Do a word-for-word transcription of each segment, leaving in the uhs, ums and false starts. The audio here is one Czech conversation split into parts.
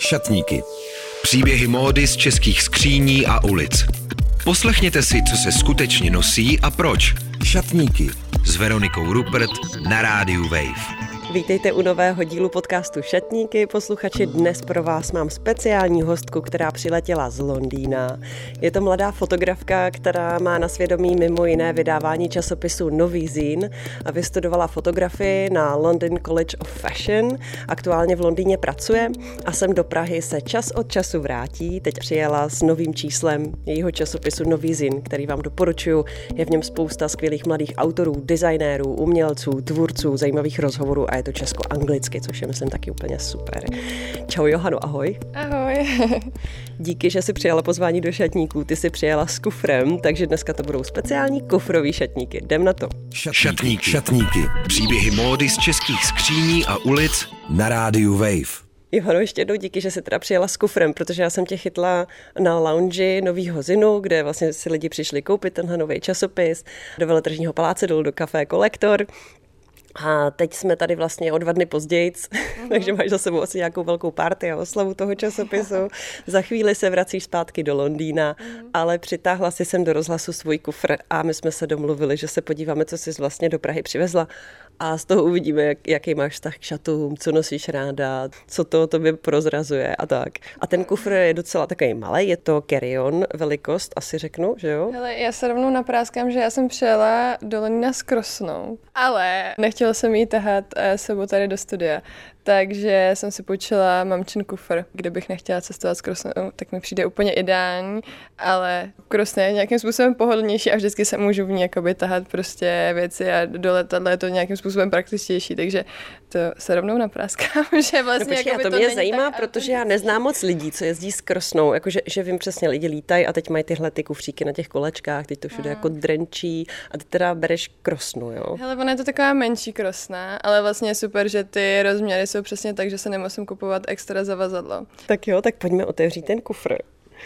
Šatníky. Příběhy módy z českých skříní a ulic. Poslechněte si, co se skutečně nosí a proč. Šatníky s Veronikou Rupert na rádiu Wave. Vítejte u nového dílu podcastu Šatníky. Posluchači, dnes pro vás mám speciální hostku, která přiletěla z Londýna. Je to mladá fotografka, která má na svědomí mimo jiné vydávání časopisu Nový Zín a vystudovala fotografii na London College of Fashion. Aktuálně v Londýně pracuje a sem do Prahy se čas od času vrátí. Teď přijela s novým číslem jejího časopisu Nový Zín, který vám doporučuju. Je v něm spousta skvělých mladých autorů, designérů, umělců, tvůrců, zajímavých rozhovorů a je to česko-anglicky, což je, myslím, taky úplně super. Čau Johano, ahoj. Ahoj. Díky, že jsi přijala pozvání do šatníků. Ty jsi přijela s kufrem, takže dneska to budou speciální kufrový šatníky. Jdem na to. Šatníky. Šatníky. Příběhy módy z českých skříní a ulic na rádiu Wave. Johano, ještě jednou díky, že jsi teda přijela s kufrem, protože já jsem tě chytla na lounge Novýho Zinu, kde vlastně si lidi přišli koupit tenhle nový časopis do Veletržního paláce, dolů do Café Kolektor. A teď jsme tady vlastně o dva dny později, mm-hmm. takže máš za sebou asi nějakou velkou party a oslavu toho časopisu. Za chvíli se vracíš zpátky do Londýna, mm-hmm. ale přitáhla si sem do rozhlasu svůj kufr a my jsme se domluvili, že se podíváme, co jsi vlastně do Prahy přivezla a z toho uvidíme, jak, jaký máš vztah k šatům, co nosíš ráda, co to tobě prozrazuje a tak. A ten kufr je docela takový malý, je to carry-on velikost, asi řeknu, že jo? Hele, já se rovnou napráskám, že já jsem přijela do Londýna s krosnou, ale nechtěla jsem jí tahat sebou tady do studia. Takže jsem si půjčila mamčin kufr, kde bych nechtěla cestovat s krosnou, tak mi přijde úplně ideální, ale krosna je nějakým způsobem pohodlnější a vždycky se můžu v ní jakoby tahat prostě věci a do letadla je to nějakým způsobem praktičtější, takže to se rovnou napráskám, že vlastně no, počkej, to, to mě zajímá, protože já neznám moc lidí, co jezdí s krosnou, jakože že vím přesně, lidi lítají a teď mají tyhle ty kufříky na těch kolečkách, teď to všude hmm. jako drenčí a ty teda bereš krosnu, jo? Hele, ona je to taková menší krosna, ale vlastně je super, že ty rozměry jsou přesně tak, že se nemusím kupovat extra zavazadlo. Tak jo, tak pojďme otevřít ten kufr.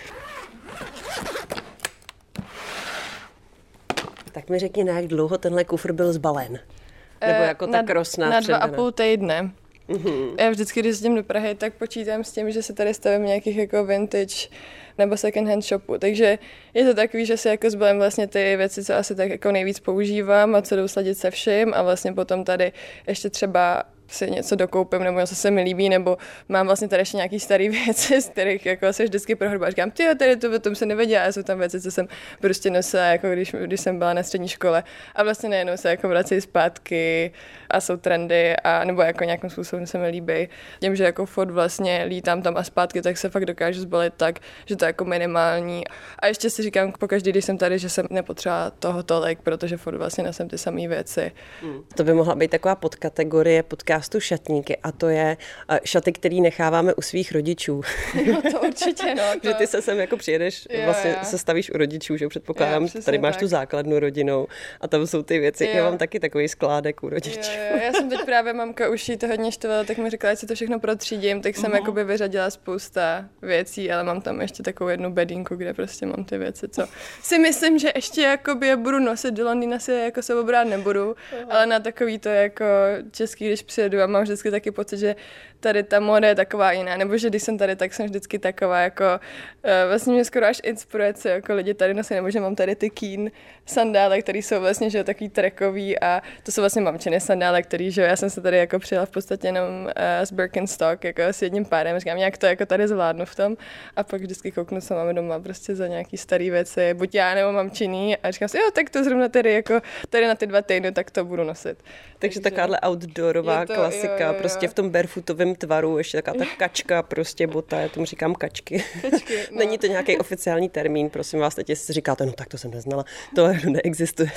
Tak mi řekni, na jak dlouho tenhle kufr byl zbalen? Nebo jako ta krosna? Na dva a půl týdne. Mm-hmm. Já vždycky, když jezdím do Prahy, tak počítám s tím, že se tady stavím nějakých jako vintage nebo second hand shopu, takže je to takový, že si jako zbalím vlastně ty věci, co asi tak jako nejvíc používám a co jdou sladit se vším a vlastně potom tady ještě třeba si něco dokoupím, nebo něco se mi líbí, nebo mám vlastně tady ještě nějaký starý věci, z kterých jako se vždycky prohrbá. Říkám, tyjo, tady to o tom se nevěděla, a jsou tam věci, co jsem prostě nosila, jako když, když jsem byla na střední škole. A vlastně nejenom se jako vrací zpátky a jsou trendy, a nebo jako nějakým způsobem se mi líbí. Tím, že jako furt vlastně lítám tam a zpátky, tak se fakt dokážu zbalit tak, že to je jako minimální. A ještě si říkám pokaždý, když jsem tady, že jsem nepotřebovala toho tolik, protože furt vlastně nosím ty samé věci. Hmm. To by mohla být taková podkategorie podcastu šatníky a to je šaty, který necháváme u svých rodičů. No to určitě, no. To... že ty se sem jako přijedeš, jo, vlastně jo. se stavíš u rodičů, že předpokládám, jo, tady máš tak. tu základnu rodinou a tam jsou ty věci. Jo. Já mám taky takový skládek u rodičů. Jo, jo. Já jsem teď právě, mamka už jí to hodně štvala, tak mi řekla, ať si to všechno protřídím, tak jsem uh-huh. jakoby vyřadila spousta věcí, ale mám tam ještě takovou jednu bedínku, kde prostě mám ty věci, co si myslím, že ještě jakoby je budu nosit do Londýna, si jako se obrát nebudu, uh-huh. ale na takový to jako český, když přijedu a mám vždycky taky pocit, že tady ta móda je taková jiná, nebo že když jsem tady, tak jsem vždycky taková jako, uh, vlastně mě skoro až inspiruje, co jako lidi tady nosí, nebo že mám tady ty Keen sandále, které jsou vlastně, že takový trackový a to jsou vlastně mamčiny sandále, který, že já jsem se tady jako přijela v podstatě jenom uh, z Birkenstock, jako s jedním párem, říkám, jak to jako tady zvládnu v tom a pak vždycky kouknu, co máme doma prostě za nějaký starý věci, buď já nebo mamčiný a říkám si, jo, tak to zrovna tady jako tady na ty dva týdny, tak to budu nosit. Takže, Takže takováhle outdoorová to, klasika, jo, jo, jo. prostě v tom barefootovém tvaru, ještě taková ta kačka, prostě bota, já tomu říkám kačky. Kačky no. Není to nějaký oficiální termín, prosím vás, teď si říkáte, no tak to jsem neznala, to neexistuje.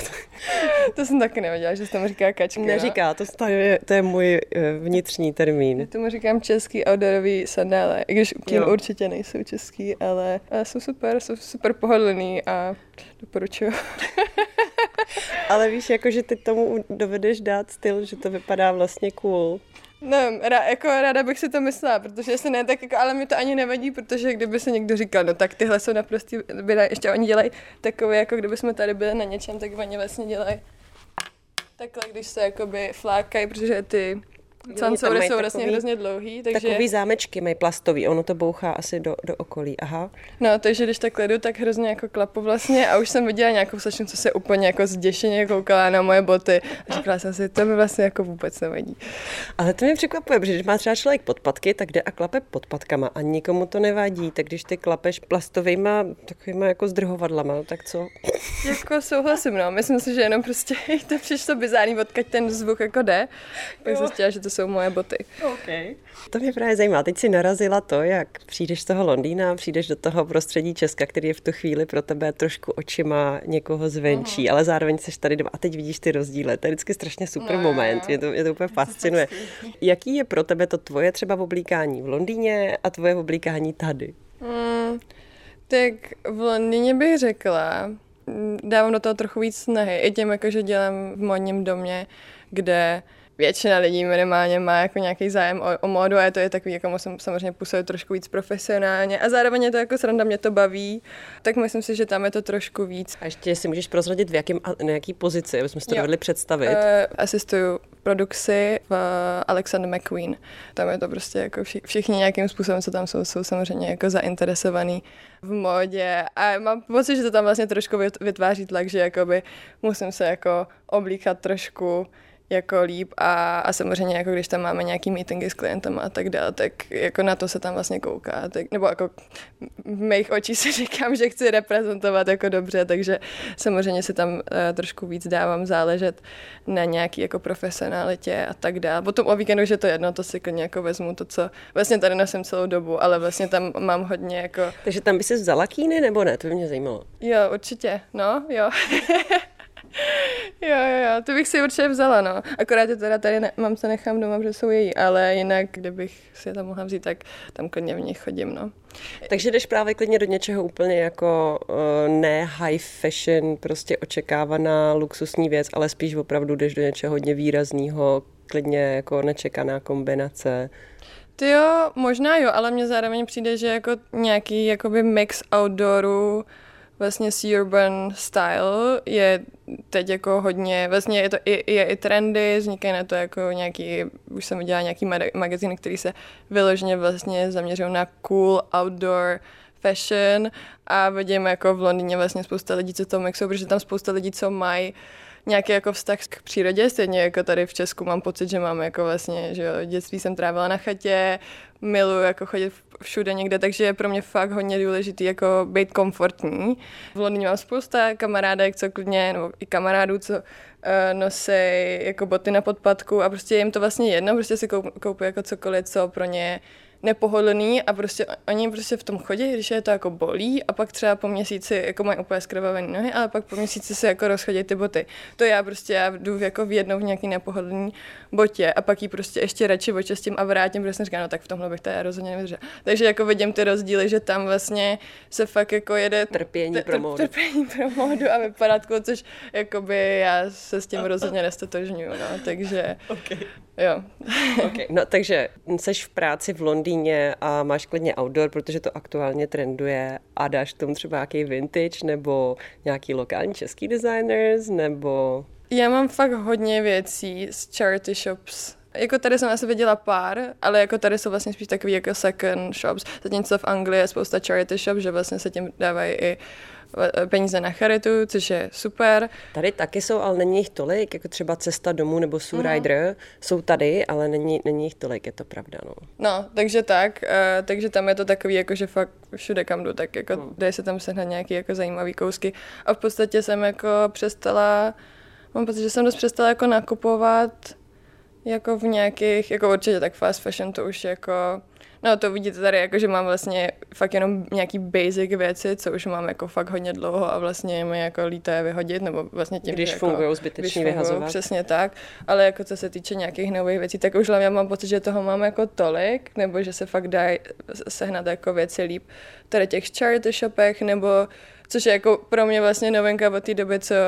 To jsem taky nevěděla, že se tomu říká kačka. Neříká, to, to, je, to je můj vnitřní termín. Já tomu říkám český outdoorový sandále, i když Keen určitě nejsou český, ale jsou super, jsou super pohodlný a doporučuju. Ale víš, jako, že ty tomu dovedeš dát styl, že to vypadá vlastně cool. No, rá, jako ráda bych si to myslela, protože jestli ne, tak jako, ale mi to ani nevadí, protože kdyby se někdo říkal, no tak tyhle jsou naprostý, ještě oni dělají takové, jako kdyby jsme tady byli na něčem, tak oni vlastně dělají takhle, když se jakoby flákají, protože ty Cancoury jsou vlastně hrozně dlouhý, takže... Takový zámečky mají plastový, ono to bouchá asi do, do okolí, aha. No, takže když takhle jdu, tak hrozně jako klapu vlastně a už jsem viděla nějakou slečnu, co se úplně jako zděšeně koukala na moje boty a říkala jsem si, to mi vlastně jako vůbec nevadí. Ale to mě překvapuje, protože když má třeba člověk podpatky, tak jde a klape podpatkama a nikomu to nevadí, tak když ty klapeš plastovýma takovýma jako zdrhovadlama, tak co? Jako souhlasím, no, myslím si, že jenom prostě to přišlo bizární, odkud ten zvuk jako jde, pak jsem chtěla, že to jsou moje boty. Okay. To mě právě zajímá. Teď si narazila to, jak přijdeš z toho Londýna, přijdeš do toho prostředí Česka, který je v tu chvíli pro tebe trošku očima někoho zvenčí, uh-huh. ale zároveň jsi tady doma a teď vidíš ty rozdíly. To je vždycky strašně super no, moment. Mě to, mě to úplně fascinuje. Jaký je pro tebe to tvoje třeba oblíkání v Londýně a tvoje oblíkání tady? Hmm, tak v Londýně bych řekla, dávám do toho trochu víc snahy. I tím, jako, že dělám v modním domě, kde většina lidí minimálně má jako nějaký zájem o, o módu a to je takový, jako musím samozřejmě působit trošku víc profesionálně a zároveň je to jako sranda, mě to baví, tak myslím si, že tam je to trošku víc. A ještě si můžeš prozradit, v jakém, na jaký pozici, abychom si to dovedli představit. Uh, asistuju produkci v Alexander McQueen. Tam je to prostě jako vši, všichni nějakým způsobem, co tam jsou, jsou samozřejmě jako zainteresovaný v módě a mám pocit, že to tam vlastně trošku vytváří tlak, že jakoby musím se jako oblíkat trošku jako líp a, a samozřejmě jako když tam máme nějaký meetingy s klientem a tak dále, tak jako na to se tam vlastně kouká. Tak, nebo jako v mých očích si říkám, že chci reprezentovat jako dobře, takže samozřejmě si tam uh, trošku víc dávám záležet na nějaký jako profesionalitě a tak dále. Potom o víkendu, že to jedno, to si klidně jako vezmu to, co vlastně tady nosím celou dobu, ale vlastně tam mám hodně jako... Takže tam by si vzala kýny nebo ne? To by mě zajímalo. Jo, určitě, no, jo. Jo, jo, jo, to bych si určitě vzala, no. Akorát je teda tady ne, mám se nechám doma, protože jsou její, ale jinak, kdybych si je tam mohla vzít, tak tam klidně v nich chodím, no. Takže jdeš právě klidně do něčeho úplně jako uh, ne high fashion, prostě očekávaná luxusní věc, ale spíš opravdu jdeš do něčeho hodně výrazného, klidně jako nečekaná kombinace. Ty jo, možná jo, ale mně zároveň přijde, že jako nějaký jakoby mix outdooru vlastně sea urban style je teď jako hodně, vlastně je to i, je i trendy, vznikají na to jako nějaký, už jsem viděla nějaký magazín, který se vyloženě vlastně zaměřují na cool outdoor fashion a vidím jako v Londýně vlastně spousta lidí, co to mixují, protože tam spousta lidí, co mají nějaký jako vztah k přírodě, stejně jako tady v Česku mám pocit, že mám jako vlastně, že jo, dětství jsem trávila na chatě, miluji jako chodit všude někde, takže je pro mě fakt hodně důležitý jako být komfortní. V Londýně mám spousta kamarádek, co klidně, nebo i kamarádů, co uh, nosí jako boty na podpatku a prostě jim to vlastně jedno, prostě si koup, koupí jako cokoliv, co pro ně nepohodlný a prostě oni prostě v tom chodí, když je to jako bolí a pak třeba po měsíci jako mají úplně skrvavené nohy, ale pak po měsíci se jako rozchodí ty boty. To já prostě já jdu jako v jednou v nějaký nepohodlný botě a pak jí prostě ještě radši očistím a vrátím, protože jsem říkala, no tak v tomhle bych to já rozhodně nevydržela. Takže jako vidím ty rozdíly, že tam vlastně se fakt jako jede trpění t- pro módu. Trpění pro módu a vypadátku, což jakoby já se s tím rozhodně nestotožňuju, no, takže okay. Jo. Okay. No takže seš v práci v Londýně a máš klidně outdoor, protože to aktuálně trenduje a dáš tomu třeba nějaký vintage nebo nějaký lokální český designers nebo... Já mám fakt hodně věcí z charity shops. Jako tady jsem asi viděla pár, ale jako tady jsou vlastně spíš takový jako second shops. Zatímco v Anglii je spousta charity shop, že vlastně se tím dávají i peníze na charitu, což je super. Tady taky jsou, ale není jich tolik, jako třeba Cesta domů nebo Sue Rider uh-huh. jsou tady, ale není, není jich tolik, je to pravda, no. No, takže tak, uh, takže tam je to takový, jako že fakt všude kam jdu, tak jako hmm. dají se tam sehnat nějaký jako zajímavý kousky a v podstatě jsem jako přestala, mám pocit, že jsem dost přestala jako nakupovat jako v nějakých, jako určitě tak fast fashion to už jako, no to vidíte tady, jako že mám vlastně fakt jenom nějaký basic věci, co už mám jako fakt hodně dlouho a vlastně mi jako líto je vyhodit, nebo vlastně tím, když jako, fungujou zbytečně vyhazovat. Přesně tak, ale jako co se týče nějakých nových věcí, tak už hlavně mám pocit, že toho mám jako tolik, nebo že se fakt dají sehnat jako věci líp tady těch charity shopech, nebo což je jako pro mě vlastně novinka od té doby, co,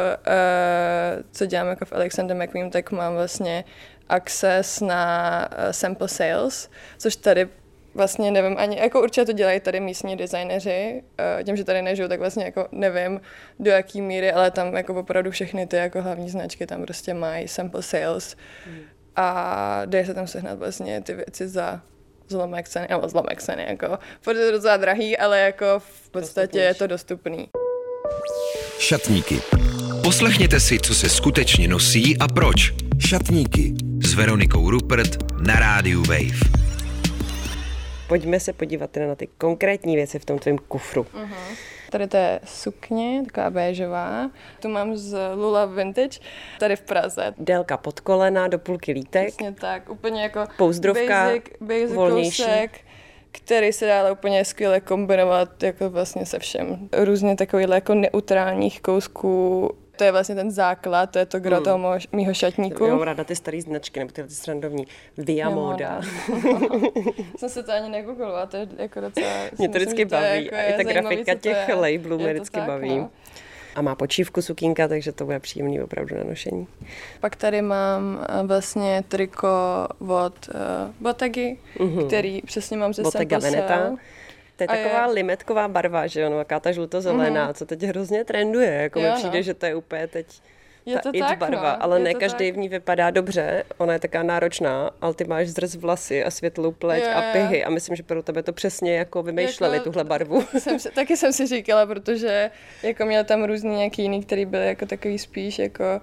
uh, co dělám jako v Alexander McQueen, tak mám vlastně access na uh, sample sales, což tady vlastně nevím ani, jako určitě to dělají tady místní designéři, uh, tím, že tady nežiju, tak vlastně jako nevím do jaký míry, ale tam jako opravdu všechny ty jako hlavní značky tam prostě mají sample sales. Hmm. a dají se tam sehnat vlastně ty věci za zlomek ceny, nebo zlomek ceny, jako furt je to docela drahý, ale jako v podstatě je to dostupný. Šatníky. Poslechněte si, co se skutečně nosí a proč. Šatníky s Veronikou Rupert na rádiu Wave. Pojďme se podívat teda na ty konkrétní věci v tom tvém kufru. Uh-huh. Tady to je sukně, taková béžová. Tu mám z Lula Vintage, tady v Praze. Délka pod kolena, do půlky lítek. Přesně tak, úplně jako pouzdrovka, basic, basic volnější. kousek, který se dá ale úplně skvěle kombinovat jako vlastně se všem. Různě takovýhle jako neutrálních kousků. To je vlastně ten základ, to je to gro hmm. toho mýho šatníku. Já mám ráda ty starý značky, nebo tyhle ty srandovní. Via Moda. Jsem se to ani negooglila, to je jako docela... Mě to vždycky baví. To jako a i ta grafika těch labelů mě vždycky tak, baví. No. A má počívku sukínka, takže to bude příjemný opravdu na nošení. Pak tady mám vlastně triko od uh, Bottegi, mm-hmm. který přesně mám ze Bottega Veneta. To je a taková je... limetková barva, že jo, no, jaká ta žlutozelená, mm-hmm. co teď hrozně trenduje, jako mi přijde, no. že to je úplně teď je ta to it tak, barva, no. ale je ne každý tak. v ní vypadá dobře, ona je taká náročná, ale ty máš zrz vlasy a světlou pleť je, a pihy a myslím, že pro tebe to přesně jako vymýšleli, jako, tuhle barvu. Jsem si, taky jsem si říkala, protože jako měl tam různý nějaký jiný, který byl jako takový spíš jako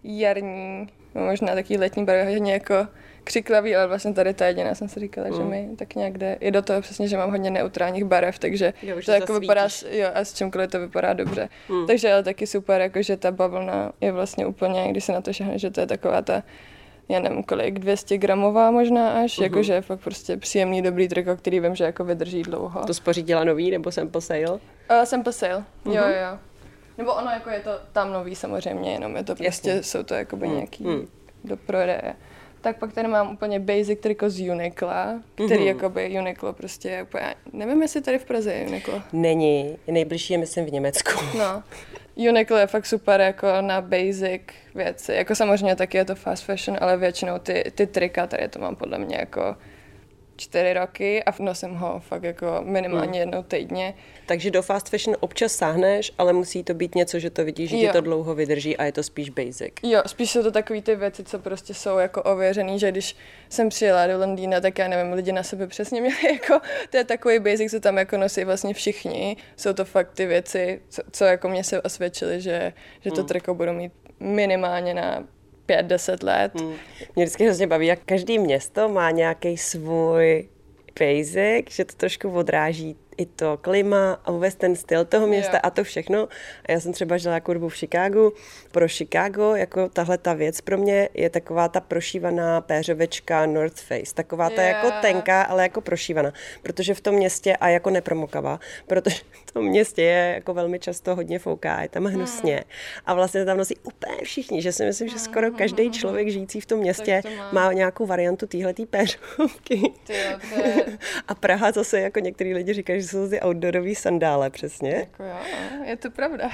jarní, možná takový letní barvy, hodně jako křiklavý, ale vlastně tady ta jediná jsem si říkala, mm. že mi tak nějak jde. Je do toho přesně, že mám hodně neutrálních barev, takže jo, to jako vypadá, jo, a s čímkoliv to vypadá dobře. Mm. Takže ale taky super, jako že ta bavlna je vlastně úplně, když se na to šahne, že to je taková ta, já nevím kolik, dvě stě gramová možná až, mm-hmm. jakože je fakt prostě příjemný, dobrý triko, který vím, že jako vydrží dlouho. To spořídila nový nebo sample sale? Uh, sample sale, mm-hmm. jo, jo. Nebo ono jako je to tam nový samozřejmě, jenom je to prostě, Jasně. jsou to jakoby mm. nějaký mm. do prodeje. Tak pak tady mám úplně basic triko z Uniqla, který mm-hmm. jakoby Uniqlo prostě je úplně, nevím, jestli tady v Praze je Uniqlo. Není, nejbližší je myslím v Německu. No, Uniqlo je fakt super jako na basic věci, jako samozřejmě taky je to fast fashion, ale většinou ty, ty trika, tady to mám podle mě jako čtyři roky a nosím ho fakt jako minimálně hmm. jednou týdně. Takže do fast fashion občas sáhneš, ale musí to být něco, že to vidíš, že jo. ti to dlouho vydrží a je to spíš basic. Jo, spíš jsou to takový ty věci, co prostě jsou jako ověřený, že když jsem přijela do Londýna, tak já nevím, lidi na sebe přesně měli jako, to je takový basic, co tam jako nosí vlastně všichni. Jsou to fakt ty věci, co, co jako mě se osvědčily, že, že to hmm. triko budu mít minimálně na pět, deset let. Hmm. Mě vždycky hrozně baví, jak každý město má nějaký svůj basic, že to trošku odráží i to klima a vůbec ten styl toho města jo. a to všechno. A já jsem třeba žila jako dobu v Chicagu. Pro Chicago, jako tahle ta věc pro mě je taková ta prošívaná péřovečka North Face. Taková ta yeah. jako tenká, ale jako prošívaná. Protože v tom městě, a jako nepromokavá, protože v tom městě je jako velmi často hodně fouká, je tam hnusně. Mm. A vlastně tam nosí úplně všichni, že si myslím, že skoro každý člověk žijící v tom městě má. má nějakou variantu téhletý péřovky. Tyjo, to je... A Praha zase, jako některý lidi říkají, že jsou ty outdoorový sandále, přesně. Jako jo, je to pravda.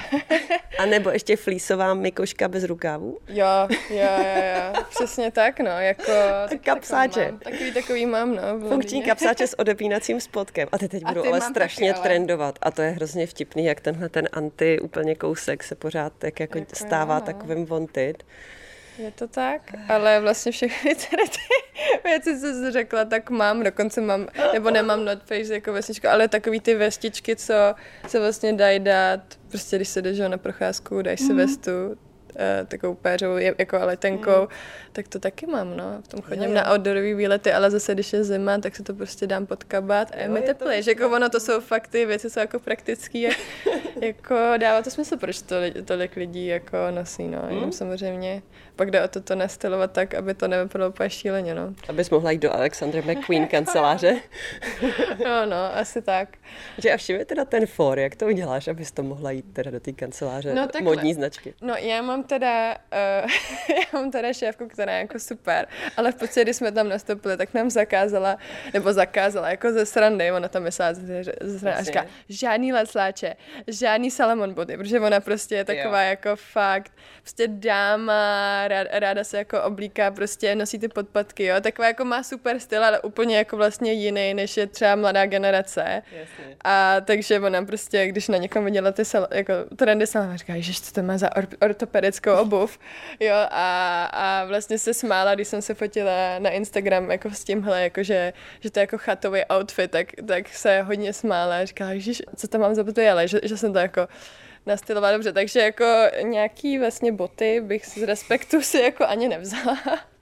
A nebo ještě flísová mikoška bez rukávů. Jo, jo, jo, jo, přesně tak, no, jako... Kapsáče. Takový, takový mám, no. Funkční kapsáče s odepínacím spodkem. A ty teď budou ale strašně taky, ale... trendovat. A to je hrozně vtipný, jak tenhle ten anti úplně kousek se pořád tak jako, jako stává jo, no. takovým wanted. Je to tak, ale vlastně všechny tady ty věci, co jsi řekla, tak mám, dokonce mám, nebo nemám North Face jako vesničku, ale takový ty vestičky, co se vlastně dají dát, prostě když se jdeš na procházku, dáš si mm. vestu, Uh, takovou péřovou, jako ale tenkou, mm. tak to taky mám, no. V tom chodím jo, jo. na outdoorový výlety, ale zase, když je zima, tak se to prostě dám pod kabát a je jo, mi teplé, že jako ono, to jsou fakt ty věci, jsou jako praktický a jako dává to smysl, proč to tolik lidí jako nosí, no. Mm. Jenom samozřejmě pak jde o to to nastylovat tak, aby to nevypadalo úplně šíleně, no. Abys mohla jít do Alexandra McQueen kanceláře. No, no, asi tak. Že a všimně teda ten for, jak to uděláš, abys to mohla jít teda do té kanceláře no, modní značky? No, já mám teda, uh, já mám teda šéfku, která je jako super, ale v podstatě, když jsme tam nastoupili, tak nám zakázala, nebo zakázala, jako ze srandy, ona tam myslela ze srandy a říká, žádný lasláče, žádný Salomon boty, protože ona prostě je taková jo. jako fakt, prostě dáma, rád, ráda se jako oblíká, prostě nosí ty podpatky, jo, taková jako má super styl, ale úplně jako vlastně jiný, než je třeba mladá generace. Jasně. A takže ona prostě, když na někom viděla ty sal, jako trendy salama, říká, ježiš, co to má za or- ortopedickou obuv, jo, a, a vlastně se smála, když jsem se fotila na Instagram jako s tímhle, jako že, že to je jako chatový outfit, tak, tak se hodně smála a říkala, ježiš, co tam mám za boty, ale že, že jsem to jako nastylovala dobře, takže jako nějaký vlastně boty bych z respektu si jako ani nevzala.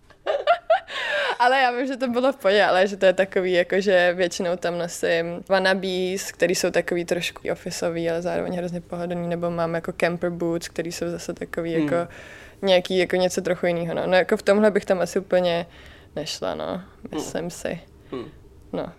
Ale já vím, že to bylo v pohodě, ale že to je takový, jako že většinou tam nosím wannabes, který jsou takový trošku officeový, ale zároveň hrozně pohodlný, nebo mám jako camper boots, který jsou zase takový hmm. jako nějaký, jako něco trochu jiného. No. no jako v tomhle bych tam asi úplně nešla, no, myslím hmm. si. Hmm. No.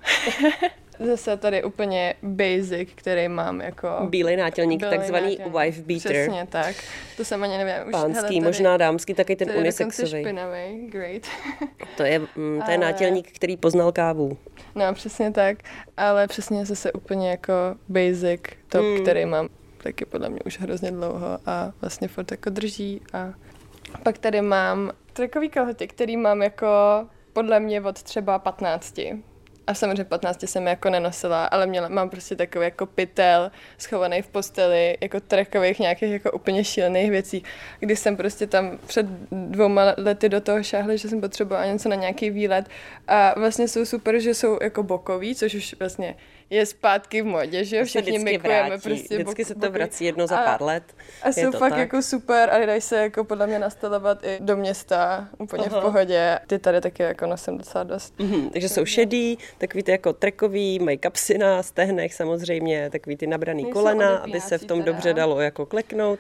Zase tady úplně basic, který mám jako... Bílej nátělník, bílej takzvaný nátělník. Wife beater. Přesně tak. To jsem ani nevím. Už, pánský, hele, tady, možná dámský, taky ten unisexový. To je špinavý, great. To je, mm, to je ale... nátělník, který poznal kávu. No, přesně tak. Ale přesně zase úplně jako basic top, hmm. který mám taky podle mě už hrozně dlouho a vlastně furt jako drží. A pak tady mám trackový kalhoty, který mám jako podle mě od třeba patnácti. A samozřejmě patnácti jsem jako nenosila, ale měla, mám prostě takový jako pytel schovaný v posteli, jako trackových nějakých jako úplně šílených věcí, kdy jsem prostě tam před dvouma lety do toho šáhla, že jsem potřebovala něco na nějaký výlet a vlastně jsou super, že jsou jako bokový, což už vlastně je zpátky v modě, že jo, všichni mykujeme prostě vždycky se to vrací jedno za pár let. A jsou fakt tak. jako super a dají se jako podle mě nastalovat i do města, úplně Aha. v pohodě. Ty tady taky jako nosím docela dost. Mm-hmm, takže jsou šedý, takový ty jako trackový, mají kapsy na stehnech samozřejmě, takový ty nabraný nejsou kolena, aby se v tom teda. dobře dalo jako kleknout.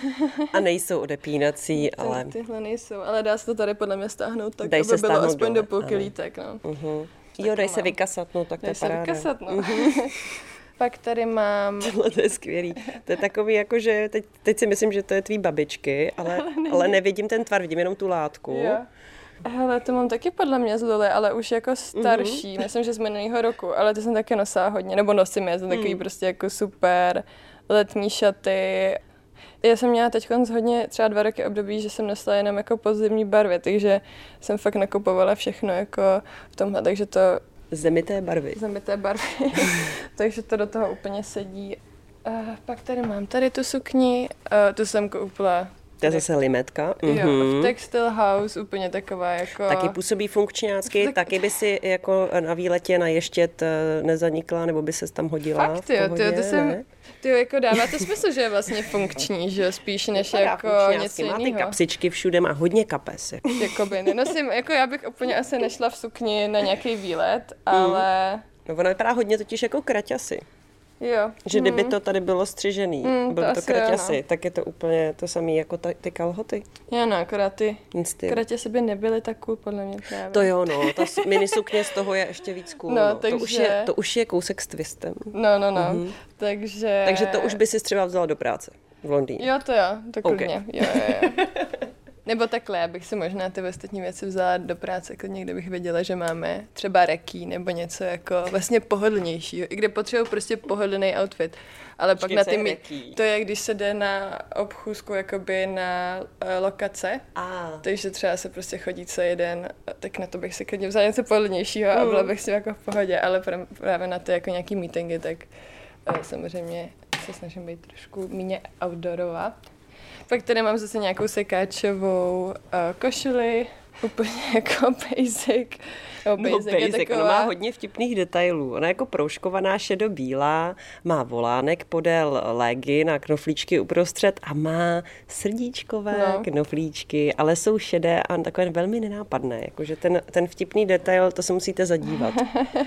A nejsou odepínací, ale... Ty, tyhle nejsou, ale dá se to tady podle mě stáhnout tak, daj aby bylo aspoň dole. do půlky lítek, no. Uh-huh. Jo, dej se vykasat, no tak to je paráda. Dej se vykasat, no. Uh-huh. Pak tady mám... Tohle to je skvělý. To je takový jako, že teď, teď si myslím, že to je tvý babičky, ale, ale, ale nevidím ten tvar, vidím jenom tu látku. Jo. Hele, to mám taky podle mě z Lily, ale už jako starší. Uh-huh. Myslím, že z minulého roku, ale to jsem taky nosila hodně, nebo nosím je, to takový uh-huh. prostě jako super letní šaty. Já jsem měla teď hodně, třeba dva roky období, že jsem nosila jenom jako podzimní barvy, takže jsem fakt nakupovala všechno jako v tomhle, takže to... Zemité barvy. Zemité barvy, takže to do toho úplně sedí. Uh, pak tady mám tady tu sukni, uh, tu jsem koupila. To je zase limetka. Jo, mm-hmm. v Textile House, úplně taková jako... Taky působí funkčňácky, tak... taky by si jako na výletě na ještět nezanikla, nebo by se tam hodila Fakt, jo, tyjo, to jsem... Tyjo, jako dává to smysl, že je vlastně funkční, že spíš než jako něco jiného. Má ty kapsičky všude, má hodně kapes. Jakoby nenosím, jako já bych úplně asi nešla v sukni na nějaký výlet, ale... Mm. No ona vypadá hodně totiž jako kraťasy. Jo. Že kdyby mm. to tady bylo střižený, mm, bylo to, to kraťasy, no. tak je to úplně to samé jako ta, ty kalhoty. Jo, no, akorát ty kraťasy by nebyly tak cool, podle mě právě. To jo, no, ta minisukně z toho je ještě víc cool. No, no. takže... to, už je, to už je kousek s twistem. No, no, no, mm-hmm. takže... Takže to už by si třeba vzala do práce v Londýně. Jo, to jo, to klidně. Okay. Jo, jo, jo. Nebo takhle, já bych si možná ty ostatní věci vzala do práce, klidně, kdybych věděla, že máme třeba reký nebo něco jako vlastně pohodlnějšího, i kde potřebuji prostě pohodlný outfit. Ale pak na ty mi... to je, když se jde na obchůzku jakoby na uh, lokace, ah. takže třeba se prostě chodí celý den, tak na to bych si klidně vzala něco pohodlnějšího mm. a byla bych si jako v pohodě, ale právě na ty jako nějaký meetingy, tak uh, samozřejmě se snažím být trošku méně outdoorová. Pak tady mám zase nějakou sekáčovou uh, košili, úplně jako basic. No, basic, no, basic. Taková... Ona má hodně vtipných detailů. Ona je jako proužkovaná šedobílá, má volánek podél légy na knoflíčky uprostřed a má srdíčkové no. knoflíčky, ale jsou šedé a takové velmi nenápadné. Jakože ten, ten vtipný detail, to se musíte zadívat.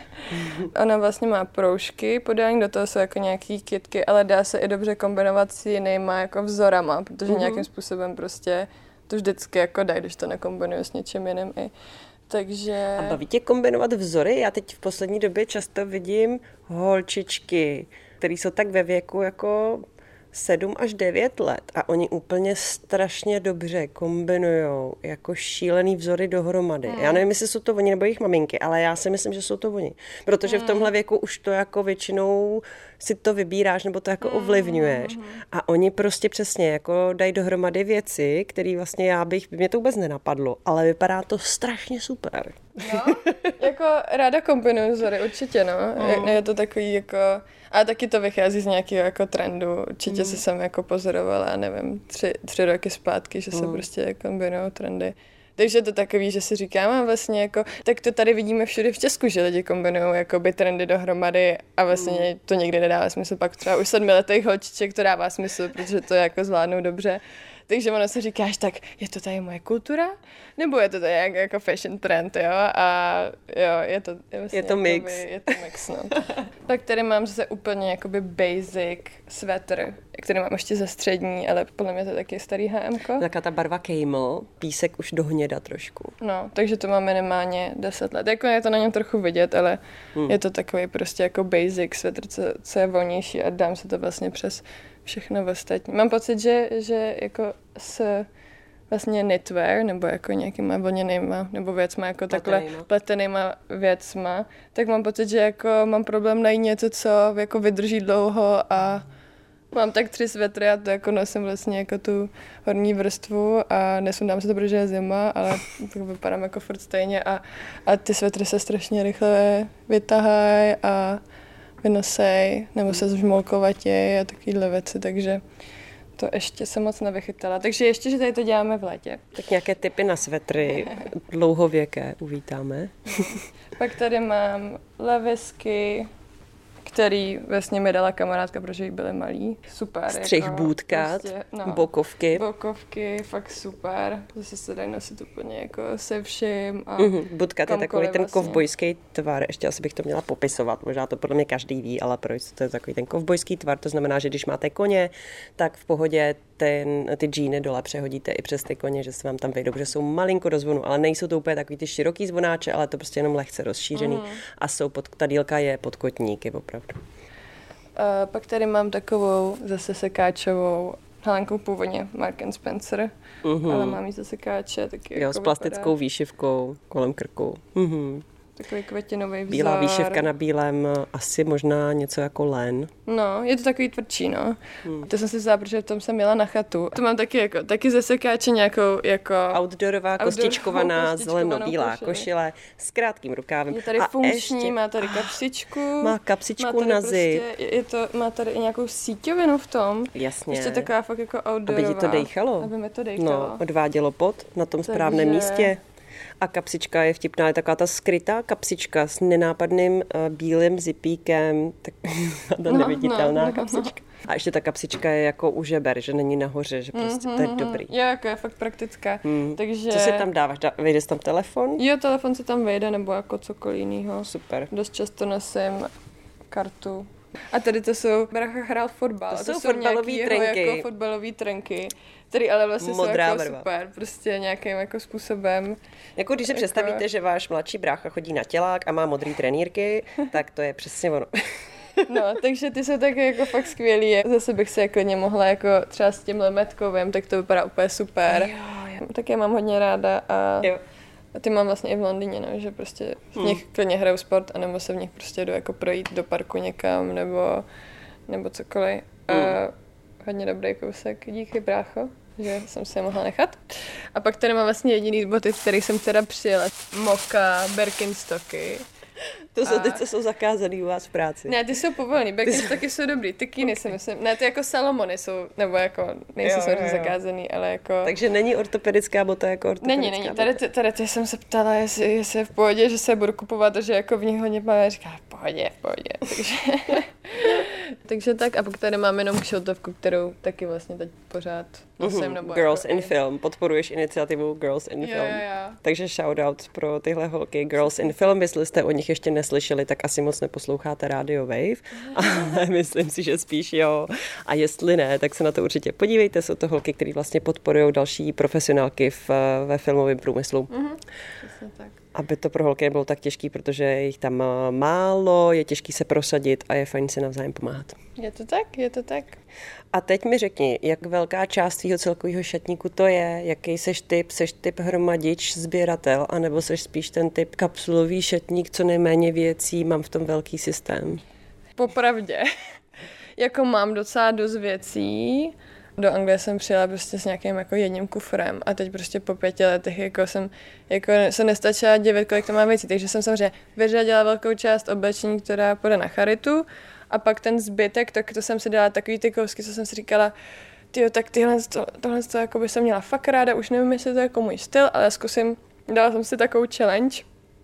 Ona vlastně má proužky podání, do toho jsou jako nějaký kytky, ale dá se i dobře kombinovat s jinýma jako vzorama, protože mm-hmm. nějakým způsobem prostě to vždycky jako dají, když to nekombinuju s něčím jiným i. Takže... A baví tě kombinovat vzory? Já teď v poslední době často vidím holčičky, které jsou tak ve věku jako sedm až devět let a oni úplně strašně dobře kombinujou jako šílený vzory dohromady. Mm. Já nevím, jestli jsou to oni nebo jejich maminky, ale já si myslím, že jsou to oni. Protože mm. v tomhle věku už to jako většinou si to vybíráš nebo to jako ovlivňuješ. Mm. A oni prostě přesně jako dají dohromady věci, které vlastně já bych, mě to vůbec nenapadlo, ale vypadá to strašně super. No, jako ráda kombinuju vzory, určitě, no. Mm. Je, je to takový jako, ale taky to vychází z nějakého jako trendu. Určitě mm. se jsem jako pozorovala, nevím, tři, tři roky zpátky, že mm. se prostě kombinují trendy. Takže to takový, že si říkám, vlastně jako, tak to tady vidíme všude v Česku, že lidi kombinují jakoby trendy dohromady a vlastně mm. to někdy nedává smysl. Pak třeba už sedmiletých holčiček to dává smysl, protože to jako zvládnou dobře. Takže ono se říkáš, tak je to tady moje kultura? Nebo je to tady jak, jako fashion trend, jo? A jo, je to, je vlastně je to jakoby, mix. Je to mix, no. Pak tady mám zase úplně jakoby basic sweater, který mám ještě ze střední, ale podle mě to je taky starý há emko. Taká ta barva camel, písek už do hněda trošku. No, takže to mám minimálně deset let. Jako je to na něm trochu vidět, ale hmm. je to takový prostě jako basic sweater, co, co je volnější a dám se to vlastně přes všechno ostatní. Mám pocit, že, že jako s vlastně knitwear, nebo jako nějakýma vlněnýma, nebo věcma, jako takhle pletenýma věcma, tak mám pocit, že jako mám problém najít něco, co jako vydrží dlouho a mám tak tři svetry a to jako nosím vlastně jako tu horní vrstvu a nesundám se to, protože je zima, ale tak vypadám jako furt stejně a, a ty svetry se strašně rychle vytahají a vynosej, nebo se zžmolkovatěj a takovýhle věci, takže to ještě jsem moc nevychytala. Takže ještě, že tady to děláme v létě. Tak nějaké tipy na svetry dlouhověké uvítáme. Pak tady mám levisky, který vlastně mi dala kamarádka, protože jí byly malý. Super. Střih jako, bůdka, prostě, no, bokovky. Bokovky, fakt super. Zase se dají nosit úplně jako se vším. A mm-hmm. Bůdka je takový ten vlastně. kovbojský tvar, ještě asi bych to měla popisovat, možná to podle mě každý ví, ale proč to je takový ten kovbojský tvar, to znamená, že když máte koně, tak v pohodě ten, ty džíny dole přehodíte i přes ty koně, že se vám tam vejdou, protože jsou malinko do zvonu, ale nejsou to úplně takový ty široký zvonáče, ale to prostě jenom lehce rozšířený mm. a jsou pod, ta dílka je pod kotníky opravdu. Uh, pak tady mám takovou zase sekáčovou halenkou původně Mark and Spencer, mm-hmm. ale mám jí zase sekáče. Taky jo, jako s plastickou vypadá. výšivkou kolem krku. Mm-hmm. Takový květinový vzor. Bílá výšivka na bílém, asi možná něco jako len. No, je to takový tvrdší, no. Hmm. To jsem si vzala, protože v tom jsem jela na chatu. To mám taky jako, taky ze sekáče nějakou jako... Outdoorová, kostičkovaná, zeleno-bílá košile s krátkým rukávem. Je tady a funkční, ještě... má tady kapsičku. Má kapsičku má na zip. Prostě, je to, má tady i nějakou síťovinu v tom. Jasně. Ještě taková fakt jako outdoorová. Aby ti to dejchalo. Aby mi to dejchalo. No, odvádělo pot na tom Takže... správném místě. A kapsička je vtipná, je taková ta skrytá kapsička s nenápadným uh, bílým zipíkem, tak ta no, neviditelná no, kapsička. No. A ještě ta kapsička je jako u žeber, že není nahoře, že prostě mm-hmm, to je dobrý. Jo, jako je fakt praktická. Mm. Takže... Co si tam dáváš? Dá, vejde tam telefon? Jo, telefon se tam vejde, nebo jako cokoliv jinýho. Super. Dost často nosím kartu. A tady to jsou, brácha hrál fotbal. To, to jsou, jsou fotbalový trenky. Jako fotbalový trenky, který ale vlastně Modrá jsou jako vrva. super, prostě nějakým jako způsobem. Jako když si jako... představíte, že váš mladší brácha chodí na tělák a má modrý trenýrky, tak to je přesně ono. No, takže ty jsou taky jako fakt skvělý. Zase bych se klidně mohla jako třeba s tímhle metkovým, tak to vypadá úplně super. Jo, jo. Tak je mám hodně ráda a... Jo. A ty mám vlastně i v Londýně, no, že prostě v nich hmm. klidně hraju sport, anebo se v nich prostě jdu jako projít do parku někam, nebo, nebo cokoliv. Hmm. A hodně dobrý kousek, díky brácho, že jsem si je mohla nechat. A pak tady mám vlastně jediný boty, v kterých jsem teda přijela. Moka, Birkenstocky. To jsou a... ty, co jsou zakázaný u vás v práci. Ne, ty jsou povolený, Birkenstocky jsou dobrý, ty kýny okay. si myslím. Ne, ty jako Salomony jsou, nebo jako nejsou samozřejmě zakázaný, ale jako... Takže není ortopedická bota jako ortopedická Není, není. Tady, tady, tady ty jsem se ptala, jestli, jestli je v pohodě, že se budu kupovat, že jako v nich hodně máme, říká, v pohodě, v pohodě. Takže, takže tak, a pak tady mám jenom kšiltovku, kterou taky vlastně teď pořád nosím. Mm-hmm. Nebo Girls jako in Film, podporuješ iniciativu Girls in jo, Film. Jo, jo. Takže shoutout pro tyhle holky Girls in Film, jestli jste o nich ještě neslyšeli, tak asi moc neposloucháte Radio Wave, ale myslím si, že spíš jo. A jestli ne, tak se na to určitě podívejte, jsou to holky, které vlastně podporují další profesionálky v, ve filmovém průmyslu. Mm-hmm. Přesně tak. Aby to pro holky nebylo tak těžké, protože je jich tam málo, je těžký se prosadit a je fajn si navzájem pomáhat. Je to tak, je to tak. A teď mi řekni, jak velká část tvýho celkového šatníku to je, jaký seš typ, seš typ hromadič, sběratel, anebo seš spíš ten typ kapsulový šatník, co nejméně věcí, mám v tom velký systém? Popravdě. Jako mám docela dost věcí, Do Anglie jsem přijela prostě s nějakým jako jedním kufrem a teď prostě po pěti letech jako jsem jako se nestačila divit, kolik to má věcí, takže jsem samozřejmě vyřadila velkou část oblečení, která půjde na charitu a pak ten zbytek, tak to jsem si dala takový ty kousky, co jsem si říkala, tyjo, tak tyhle, to, tohle to jako by jsem měla fakt ráda, už nevím, jestli to je jako můj styl, ale zkusím, dala jsem si takovou challenge,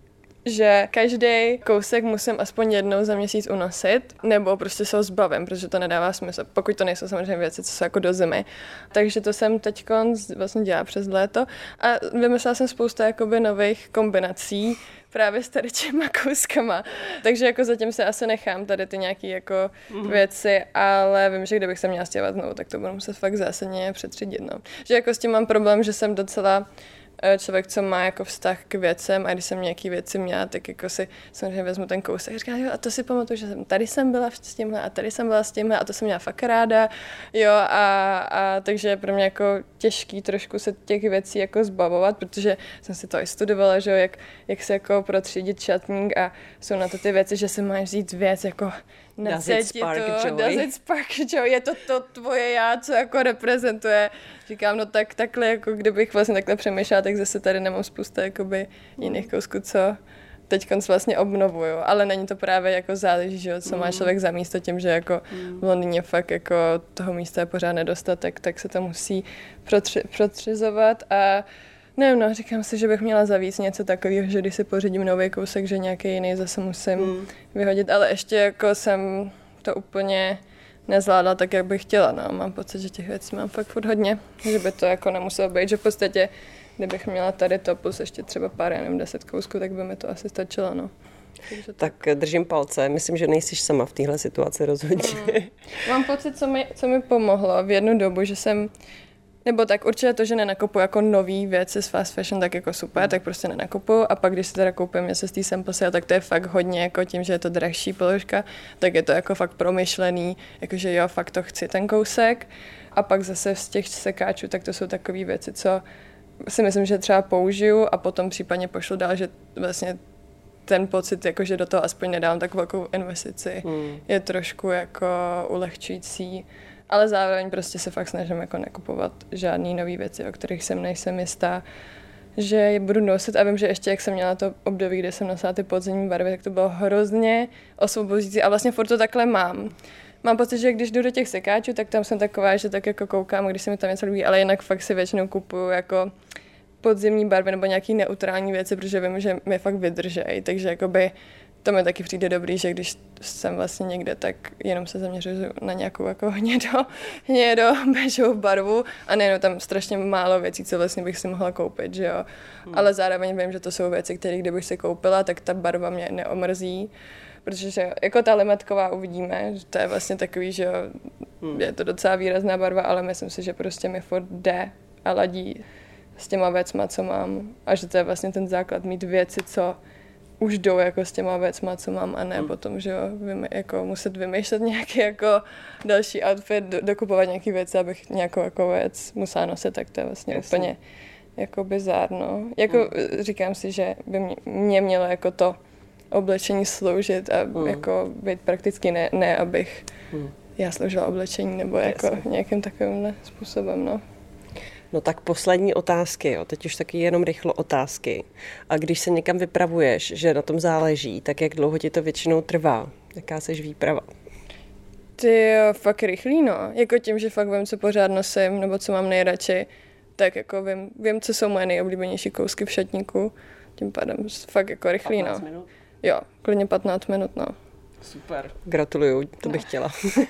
že každý kousek musím aspoň jednou za měsíc unosit, nebo prostě se ho zbavím, protože to nedává smysl, pokud to nejsou samozřejmě věci, co jsou jako do zimy. Takže to jsem teď vlastně dělala přes léto a vymyslela jsem spoustu jakoby nových kombinací právě s tady těma kouskama. Takže jako zatím se asi nechám tady ty nějaký jako mm-hmm. věci, ale vím, že kdybych se měla stěhovat znovu, tak to budu muset fakt zásadně přetřídit. No. Že jako s tím mám problém, že jsem docela člověk, co má jako vztah k věcem a když jsem nějaký věci měla, tak jako si samozřejmě vezmu ten kousek a říkám, jo, a to si pamatuju, že jsem, tady jsem byla s tímhle a tady jsem byla s tímhle a to jsem měla fakt ráda, jo, a, a takže je pro mě jako těžký trošku se těch věcí jako zbavovat, protože jsem si to i studovala, že jo, jak, jak se jako protřídit šatník a jsou na to ty věci, že si máš vzít věc jako Does it spark to, joy? Does it spark joy? Je to to tvoje já, co jako reprezentuje. Říkám, no tak takhle, jako kdybych vlastně takhle přemýšlela, tak zase tady nemám spousta jakoby jiných kousků, co teď vlastně obnovuju, ale není to právě jako záleží, že jo, co má člověk za místo tím, že jako v Londýně fakt jako toho místa je pořád nedostatek, tak se to musí protři, protřizovat a nevím, no, říkám si, že bych měla zavíc něco takového, že když si pořídím nový kousek, že nějaký jiný zase musím mm. vyhodit, ale ještě jako jsem to úplně nezvládla tak, jak bych chtěla, no. Mám pocit, že těch věcí mám fakt furt hodně, že by to jako nemuselo být, že v podstatě, kdybych měla tady to plus ještě třeba pár, já nevím, deset kousků, tak by mi to asi stačilo, no. Tak držím palce, myslím, že nejsi sama v téhle situaci rozhodně. Mm. Mám pocit, co mi, co mi pomohlo v jednu dobu, že jsem nebo tak určitě to, že nenakupuji jako nový věci z fast fashion, tak jako super, tak prostě nenakupuju. A pak, když si teda koupím něco z té sample sale, tak to je fakt hodně jako tím, že je to drahší položka, tak je to jako fakt promyšlený, jakože jo, fakt to chci ten kousek. A pak zase z těch sekáčů, tak to jsou takové věci, co si myslím, že třeba použiju a potom případně pošlu dál, že vlastně ten pocit, jako že do toho aspoň nedám tak velkou investici, hmm. je trošku jako ulehčující. Ale zároveň prostě se fakt snažím jako nekupovat žádný nový věci, o kterých jsem nejsem jistá, že je budu nosit. A vím, že ještě jak jsem měla to období, kde jsem nosila ty podzimní barvy, tak to bylo hrozně osvobozující a vlastně furt to takhle mám. Mám pocit, že když jdu do těch sekáčů, tak tam jsem taková, že tak jako koukám, když se mi tam něco líbí, ale jinak fakt si většinou kupuju jako podzimní barvy nebo nějaký neutrální věci, protože vím, že mi fakt vydržejí, takže jakoby to mi taky přijde dobrý, že když jsem vlastně někde, tak jenom se zaměřuju na nějakou jako hnědo, hnědo, bežovou barvu a nejenom tam strašně málo věcí, co vlastně bych si mohla koupit, že jo. Hmm. Ale zároveň vím, že to jsou věci, které kdybych si koupila, tak ta barva mě neomrzí, protože jako ta limetková uvidíme, že to je vlastně takový, že jo, hmm. je to docela výrazná barva, ale myslím si, že prostě mi furt jde a ladí s těma věcma, co mám a že to je vlastně ten základ mít věci, co už jdou jako s těma věcma, co mám a ne hmm. potom, že jo, vym, jako muset vymýšlet nějaký jako další outfit, do, dokupovat nějaký věci, abych nějakou jako věc musela nosit, tak to je vlastně Jasně. úplně jako bizárno. Jako hmm. říkám si, že by mě, mě mělo jako to oblečení sloužit a hmm. jako být prakticky ne, ne abych hmm. já sloužila oblečení nebo jako Jasně. nějakým takovýmhle způsobem, no. No tak poslední otázky, jo. Teď už taky jenom rychlo otázky. A když se někam vypravuješ, že na tom záleží, tak jak dlouho ti to většinou trvá? Jaká seš výprava? Ty jo, fakt rychlý, no. Jako tím, že fakt vím, co pořád nosím, nebo co mám nejradši, tak jako vím, vím, co jsou moje nejoblíbenější kousky v šatníku. Tím pádem fakt jako rychlý, no. Minut? Jo, klidně patnáct minut, no. Super. Gratuluju, to bych no. chtěla.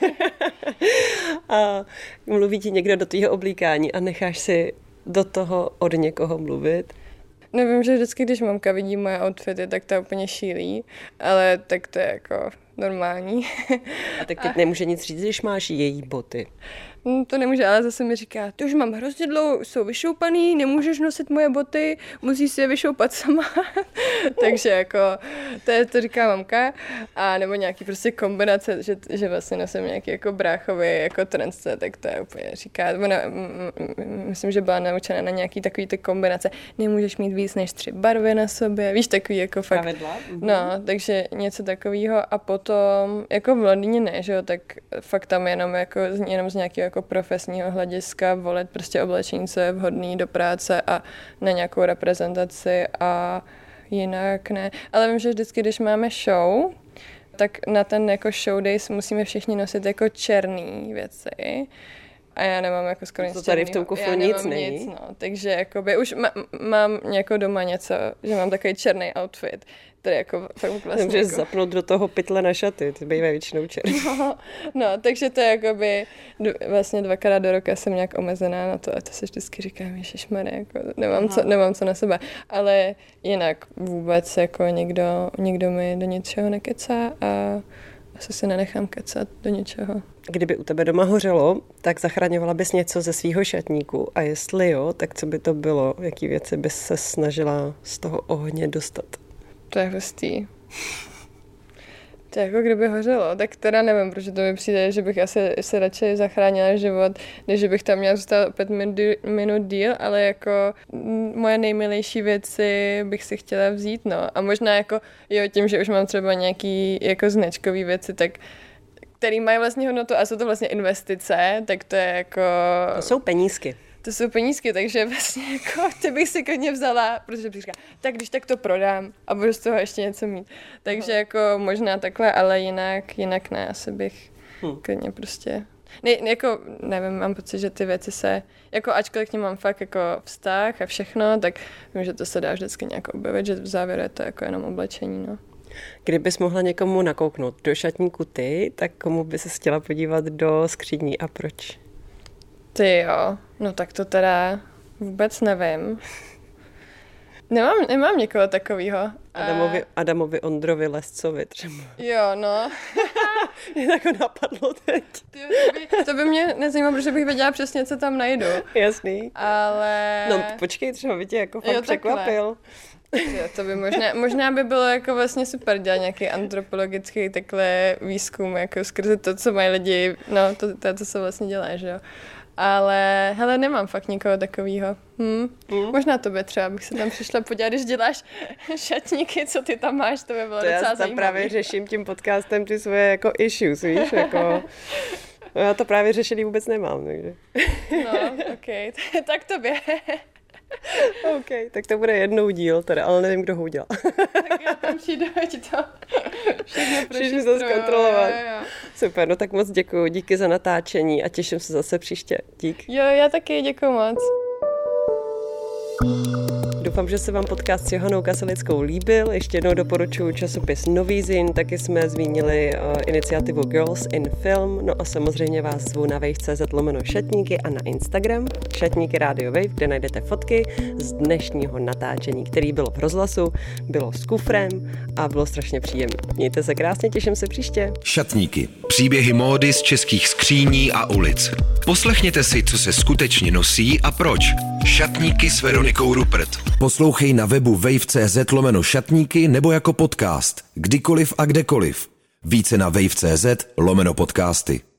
A mluví ti někdo do tvýho oblíkání a necháš si do toho od někoho mluvit? Nevím, že vždycky, když mamka vidí moje outfity, tak to úplně šílí, ale tak to je jako normální. A tak teď a... nemůže nic říct, když máš její boty. No, to nemůže, ale zase mi říká, ty už mám hrozně dlouho, jsou vyšoupaný, nemůžeš nosit moje boty, musíš si je vyšoupat sama. Takže jako, to, je, to říká mamka. A nebo nějaký prostě kombinace, že, že vlastně nosím nějaký jako bráchový jako trendce, tak to je úplně říká. Ona, m, m, myslím, že byla naučena na nějaký takový ty kombinace. Nemůžeš mít víc než tři barvy na sobě, víš, takový jako fakt. Pravidla? No, takže něco takového a potom potom, jako v Londýně ne, že jo, tak fakt tam jenom, jako, jenom z nějakého jako profesního hlediska volit prostě oblečení, co je vhodný do práce a na nějakou reprezentaci a jinak ne. Ale vím, že vždycky, když máme show, tak na ten jako show days musíme všichni nosit jako černý věci. A já nemám jako skoro nic. To tady v tom kufru nic není. Nic, no. Takže jakoby už ma, mám jako doma něco, že mám takový černý outfit, který jako fakt vlastně Můžeš jako... zapnout do toho pytle na šaty, ty bývají většinou černý. No, no, takže to je jakoby vlastně dvakrát do roka jsem nějak omezená na to a to se vždycky říkám, ježišmarja, jako nemám co, nemám co na sebe. Ale jinak vůbec jako někdo, někdo mi do ničeho nekecá a asi se nenechám kecat do ničeho. Kdyby u tebe doma hořelo, tak zachraňovala bys něco ze svýho šatníku a jestli jo, tak co by to bylo? Jaký věci bys se snažila z toho ohně dostat? To je hustý. To je jako kdyby hořelo, tak teda nevím, protože to mi přijde, že bych asi se radši zachránila život, než že bych tam měla zůstat pět minut díl, ale jako moje nejmilejší věci bych si chtěla vzít, no. A možná jako, jo, tím, že už mám třeba nějaký jako značkový věci, tak který mají vlastně hodnotu a jsou to vlastně investice, tak to je jako... To jsou penízky. To jsou penízky, takže vlastně jako ty bych si klidně vzala, protože bych říkala, tak když tak to prodám a budu z toho ještě něco mít. Takže no. Jako možná takhle, ale jinak, jinak ne, asi bych hmm. klidně prostě... Ne, jako, nevím, mám pocit, že ty věci se, jako ačkoliv k ním mám fakt jako vztah a všechno, tak vím, že to se dá vždycky nějak objevit, že v závěru je to jako jenom oblečení, no. Kdybys mohla někomu nakouknout do šatníku ty, tak komu by se chtěla podívat do skříní a proč? Ty jo, no tak to teda vůbec nevím. Nemám, nemám někoho takového. Adamovi, a... Adamovi Ondrovi Lescovi třeba. Jo, no. Mě tak napadlo teď. Ty, to, by, to by mě nezajímalo, protože bych věděla přesně, co tam najdu. Jasný. Ale... No počkej, třeba by tě jako fakt jo, překvapil. Jo, to by možná, možná by bylo jako vlastně super dělat nějaký antropologický takhle výzkum, jako skrze to, co mají lidi, no to, to, to se vlastně dělá, že jo. Ale hele, nemám fakt nikoho takového. Hm. Mm. Možná to by třeba, bych se tam přišla podívat, když děláš šatníky, co ty tam máš, to by bylo to docela já zajímavé. Já právě řeším tím podcastem ty svoje jako issues, víš, jako... Já to právě řešený vůbec nemám, takže... No, okej, okay. Tak to bě. OK, tak to bude jednou díl teda, ale nevím, kdo ho udělal. Tak já tam přijdu, ať to všechno Přišli to zkontrolovat. Jo, jo, jo. Super, no tak moc děkuju, díky za natáčení a těším se zase příště. Dík. Jo, já taky děkuju moc. Doufám, že se vám podcast s Johanou Kasalickou líbil. Ještě jednou doporučuji časopis Nový Zin, taky jsme zmínili uh, iniciativu Girls in Film, no a samozřejmě vás zvu na wave tečka cé zet lomeno šatníky a na Instagram šatníky Radio Wave, kde najdete fotky z dnešního natáčení, který bylo v rozhlasu, bylo s kufrem a bylo strašně příjemné. Mějte se krásně, těším se příště. Šatníky. Příběhy módy z českých skříní a ulic. Poslechněte si, co se skutečně nosí a proč. Šatníky s Veronikou Rupert. Poslouchej na webu wave tečka cé zet lomeno šatníky nebo jako podcast. Kdykoliv a kdekoliv. Více na wave tečka cé zet lomeno podcasty.